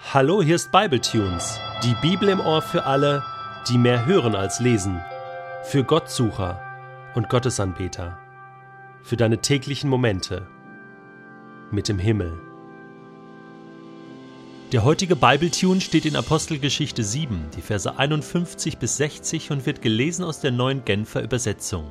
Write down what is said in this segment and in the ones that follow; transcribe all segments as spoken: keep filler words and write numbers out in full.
Hallo, hier ist Bibletunes, die Bibel im Ohr für alle, die mehr hören als lesen, für Gottsucher und Gottesanbeter, für deine täglichen Momente mit dem Himmel. Der heutige Bibletune steht in Apostelgeschichte sieben, die Verse einundfünfzig bis sechzig und wird gelesen aus der neuen Genfer Übersetzung.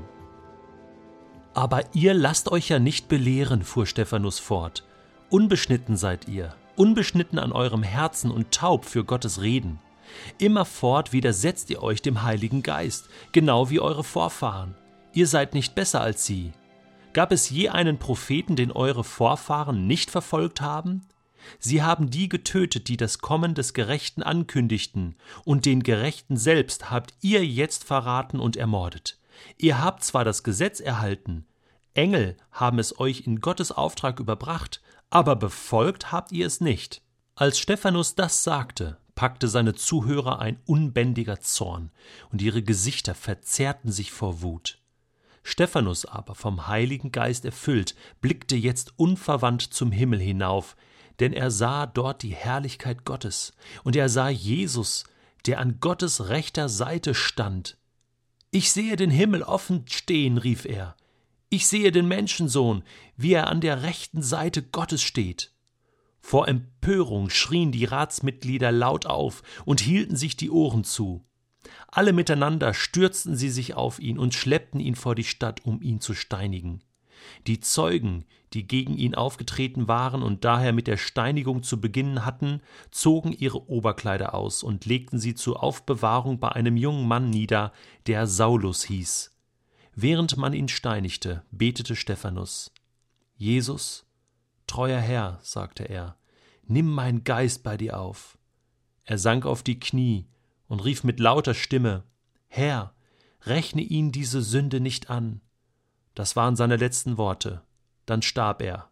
Aber ihr lasst euch ja nicht belehren, fuhr Stephanus fort. Unbeschnitten seid ihr, unbeschnitten an eurem Herzen und taub für Gottes Reden. Immerfort widersetzt ihr euch dem Heiligen Geist, genau wie eure Vorfahren. Ihr seid nicht besser als sie. Gab es je einen Propheten, den eure Vorfahren nicht verfolgt haben? Sie haben die getötet, die das Kommen des Gerechten ankündigten, und den Gerechten selbst habt ihr jetzt verraten und ermordet. Ihr habt zwar das Gesetz erhalten, Engel haben es euch in Gottes Auftrag überbracht, aber befolgt habt ihr es nicht. Als Stephanus das sagte, packte seine Zuhörer ein unbändiger Zorn, und ihre Gesichter verzerrten sich vor Wut. Stephanus aber, vom Heiligen Geist erfüllt, blickte jetzt unverwandt zum Himmel hinauf, denn er sah dort die Herrlichkeit Gottes, und er sah Jesus, der an Gottes rechter Seite stand. »Ich sehe den Himmel offen stehen«, rief er. »Ich sehe den Menschensohn, wie er an der rechten Seite Gottes steht.« Vor Empörung schrien die Ratsmitglieder laut auf und hielten sich die Ohren zu. Alle miteinander stürzten sie sich auf ihn und schleppten ihn vor die Stadt, um ihn zu steinigen. Die Zeugen, die gegen ihn aufgetreten waren und daher mit der Steinigung zu beginnen hatten, zogen ihre Oberkleider aus und legten sie zur Aufbewahrung bei einem jungen Mann nieder, der Saulus hieß. Während man ihn steinigte, betete Stephanus. »Jesus, treuer Herr«, sagte er, »nimm meinen Geist bei dir auf.« Er sank auf die Knie und rief mit lauter Stimme, »Herr, rechne ihn diese Sünde nicht an.« Das waren seine letzten Worte. Dann starb er.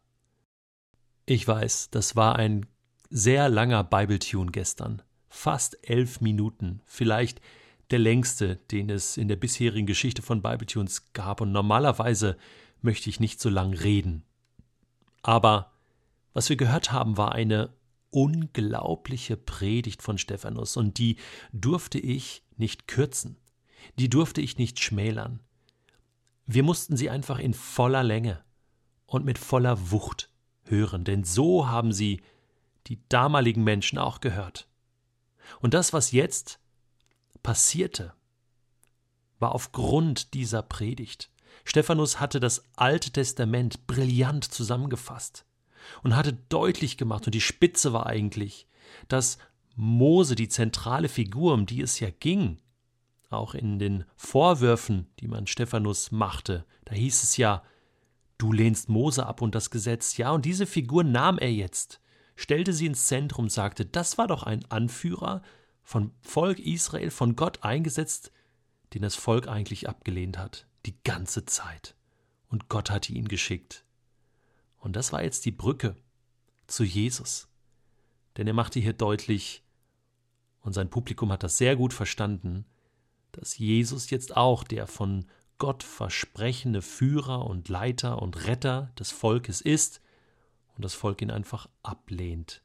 Ich weiß, das war ein sehr langer Bibletune gestern. Fast elf Minuten. Vielleicht der längste, den es in der bisherigen Geschichte von Bibletunes gab. Und normalerweise möchte ich nicht so lang reden. Aber was wir gehört haben, war eine unglaubliche Predigt von Stephanus. Und die durfte ich nicht kürzen. Die durfte ich nicht schmälern. Wir mussten sie einfach in voller Länge und mit voller Wucht hören, denn so haben sie die damaligen Menschen auch gehört. Und das, was jetzt passierte, war aufgrund dieser Predigt. Stephanus hatte das Alte Testament brillant zusammengefasst und hatte deutlich gemacht, und die Spitze war eigentlich, dass Mose, die zentrale Figur, um die es ja ging, auch in den Vorwürfen, die man Stephanus machte, da hieß es ja, du lehnst Mose ab und das Gesetz. Ja, und diese Figur nahm er jetzt, stellte sie ins Zentrum, sagte, das war doch ein Anführer von Volk Israel, von Gott eingesetzt, den das Volk eigentlich abgelehnt hat, die ganze Zeit. Und Gott hatte ihn geschickt. Und das war jetzt die Brücke zu Jesus. Denn er machte hier deutlich, und sein Publikum hat das sehr gut verstanden, dass Jesus jetzt auch der von Gott versprechene Führer und Leiter und Retter des Volkes ist und das Volk ihn einfach ablehnt.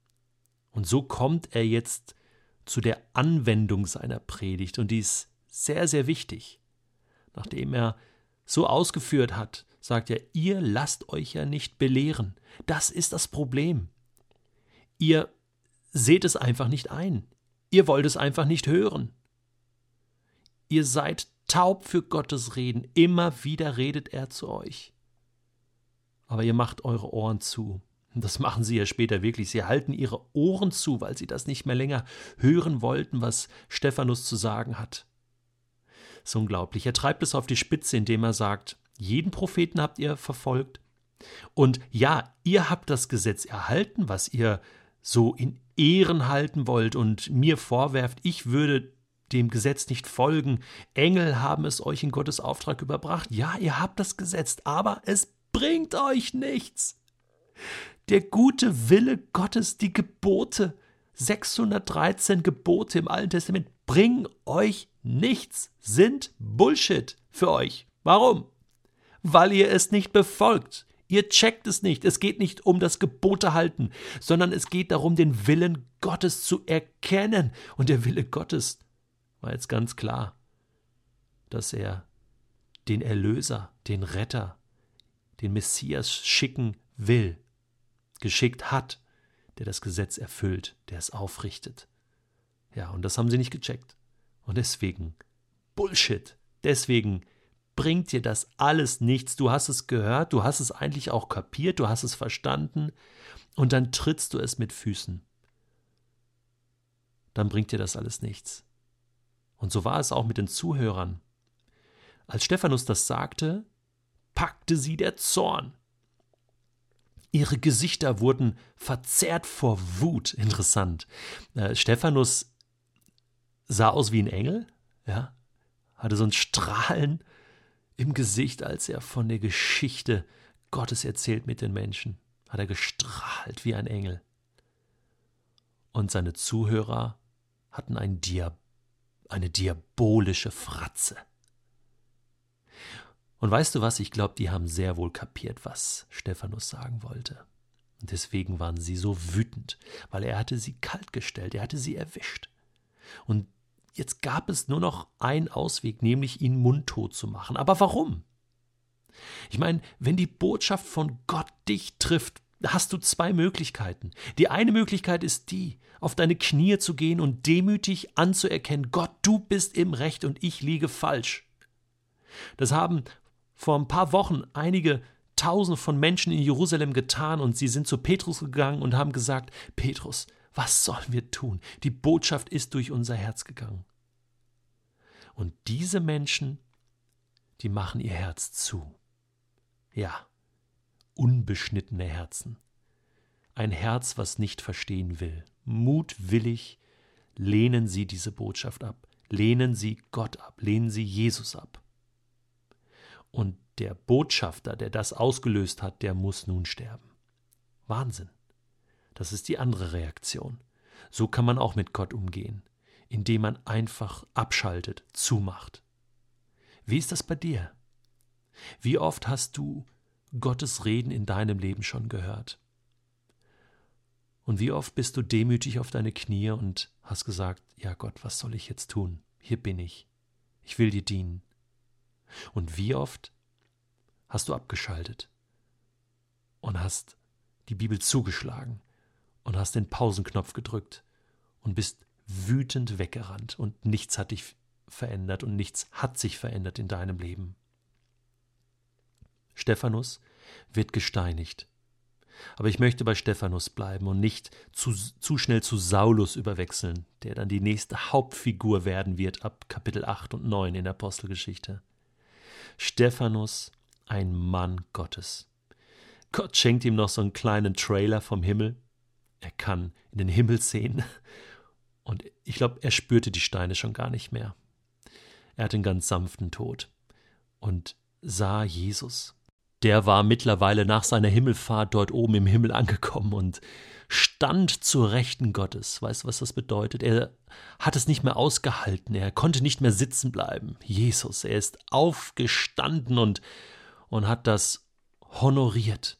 Und so kommt er jetzt zu der Anwendung seiner Predigt, und die ist sehr, sehr wichtig. Nachdem er so ausgeführt hat, sagt er, ihr lasst euch ja nicht belehren. Das ist das Problem. Ihr seht es einfach nicht ein. Ihr wollt es einfach nicht hören. Ihr seid taub für Gottes Reden. Immer wieder redet er zu euch. Aber ihr macht eure Ohren zu. Und das machen sie ja später wirklich. Sie halten ihre Ohren zu, weil sie das nicht mehr länger hören wollten, was Stephanus zu sagen hat. Das ist unglaublich. Er treibt es auf die Spitze, indem er sagt, jeden Propheten habt ihr verfolgt. Und ja, ihr habt das Gesetz erhalten, was ihr so in Ehren halten wollt und mir vorwerft, ich würde dem Gesetz nicht folgen. Engel haben es euch in Gottes Auftrag überbracht. Ja, ihr habt das Gesetz, aber es bringt euch nichts. Der gute Wille Gottes, die Gebote, sechshundertdreizehn Gebote im Alten Testament, bringen euch nichts, sind Bullshit für euch. Warum? Weil ihr es nicht befolgt. Ihr checkt es nicht. Es geht nicht um das Gebote halten, sondern es geht darum, den Willen Gottes zu erkennen. Und der Wille Gottes war jetzt ganz klar, dass er den Erlöser, den Retter, den Messias schicken will, geschickt hat, der das Gesetz erfüllt, der es aufrichtet. Ja, und das haben sie nicht gecheckt. Und deswegen Bullshit. Deswegen bringt dir das alles nichts. Du hast es gehört, du hast es eigentlich auch kapiert, du hast es verstanden und dann trittst du es mit Füßen. Dann bringt dir das alles nichts. Und so war es auch mit den Zuhörern. Als Stephanus das sagte, packte sie der Zorn. Ihre Gesichter wurden verzerrt vor Wut. Interessant. Äh, Stephanus sah aus wie ein Engel, ja, hatte so ein Strahlen im Gesicht, als er von der Geschichte Gottes erzählt mit den Menschen. Hat er gestrahlt wie ein Engel. Und seine Zuhörer hatten ein Dia- eine diabolische Fratze. Und weißt du was, ich glaube, die haben sehr wohl kapiert, was Stephanus sagen wollte. Und deswegen waren sie so wütend, weil er hatte sie kaltgestellt, er hatte sie erwischt. Und jetzt gab es nur noch einen Ausweg, nämlich ihn mundtot zu machen. Aber warum? Ich meine, wenn die Botschaft von Gott dich trifft, hast du zwei Möglichkeiten. Die eine Möglichkeit ist die, auf deine Knie zu gehen und demütig anzuerkennen, Gott, du bist im Recht und ich liege falsch. Das haben vor ein paar Wochen einige Tausende von Menschen in Jerusalem getan und sie sind zu Petrus gegangen und haben gesagt, Petrus, was sollen wir tun? Die Botschaft ist durch unser Herz gegangen. Und diese Menschen, die machen ihr Herz zu. Ja, unbeschnittene Herzen. Ein Herz, was nicht verstehen will. Mutwillig lehnen sie diese Botschaft ab. Lehnen sie Gott ab. Lehnen sie Jesus ab. Und der Botschafter, der das ausgelöst hat, der muss nun sterben. Wahnsinn. Das ist die andere Reaktion. So kann man auch mit Gott umgehen, indem man einfach abschaltet, zumacht. Wie ist das bei dir? Wie oft hast du Gottes Reden in deinem Leben schon gehört? Und wie oft bist du demütig auf deine Knie und hast gesagt, ja Gott, was soll ich jetzt tun? Hier bin ich. Ich will dir dienen. Und wie oft hast du abgeschaltet und hast die Bibel zugeschlagen und hast den Pausenknopf gedrückt und bist wütend weggerannt und nichts hat dich verändert und nichts hat sich verändert in deinem Leben. Stephanus wird gesteinigt. Aber ich möchte bei Stephanus bleiben und nicht zu, zu schnell zu Saulus überwechseln, der dann die nächste Hauptfigur werden wird ab Kapitel acht und neun in der Apostelgeschichte. Stephanus, ein Mann Gottes. Gott schenkt ihm noch so einen kleinen Trailer vom Himmel. Er kann in den Himmel sehen. Und ich glaube, er spürte die Steine schon gar nicht mehr. Er hatte einen ganz sanften Tod und sah Jesus. Der war mittlerweile nach seiner Himmelfahrt dort oben im Himmel angekommen und stand zur Rechten Gottes. Weißt du, was das bedeutet? Er hat es nicht mehr ausgehalten, er konnte nicht mehr sitzen bleiben. Jesus, er ist aufgestanden und, und hat das honoriert.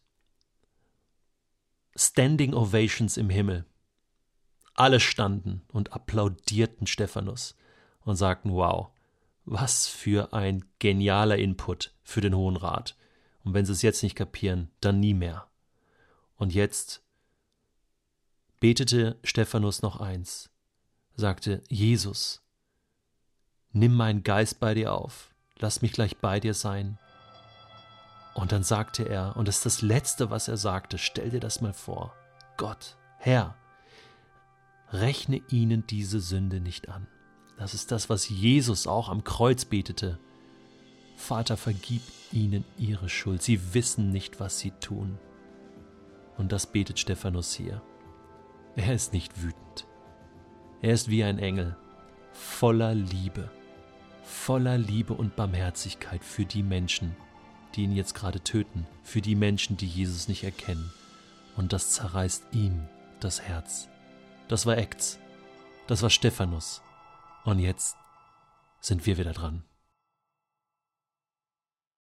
Standing Ovations im Himmel. Alle standen und applaudierten Stephanus und sagten, wow, was für ein genialer Input für den Hohen Rat. Und wenn sie es jetzt nicht kapieren, dann nie mehr. Und jetzt betete Stephanus noch eins, sagte, Jesus, nimm meinen Geist bei dir auf, lass mich gleich bei dir sein. Und dann sagte er, und das ist das Letzte, was er sagte, stell dir das mal vor, Gott, Herr, rechne ihnen diese Sünde nicht an. Das ist das, was Jesus auch am Kreuz betete. Vater, vergib ihnen ihre Schuld. Sie wissen nicht, was sie tun. Und das betet Stephanus hier. Er ist nicht wütend. Er ist wie ein Engel, voller Liebe, voller Liebe und Barmherzigkeit für die Menschen, die ihn jetzt gerade töten, für die Menschen, die Jesus nicht erkennen. Und das zerreißt ihm das Herz. Das war Acts. Das war Stephanus. Und jetzt sind wir wieder dran.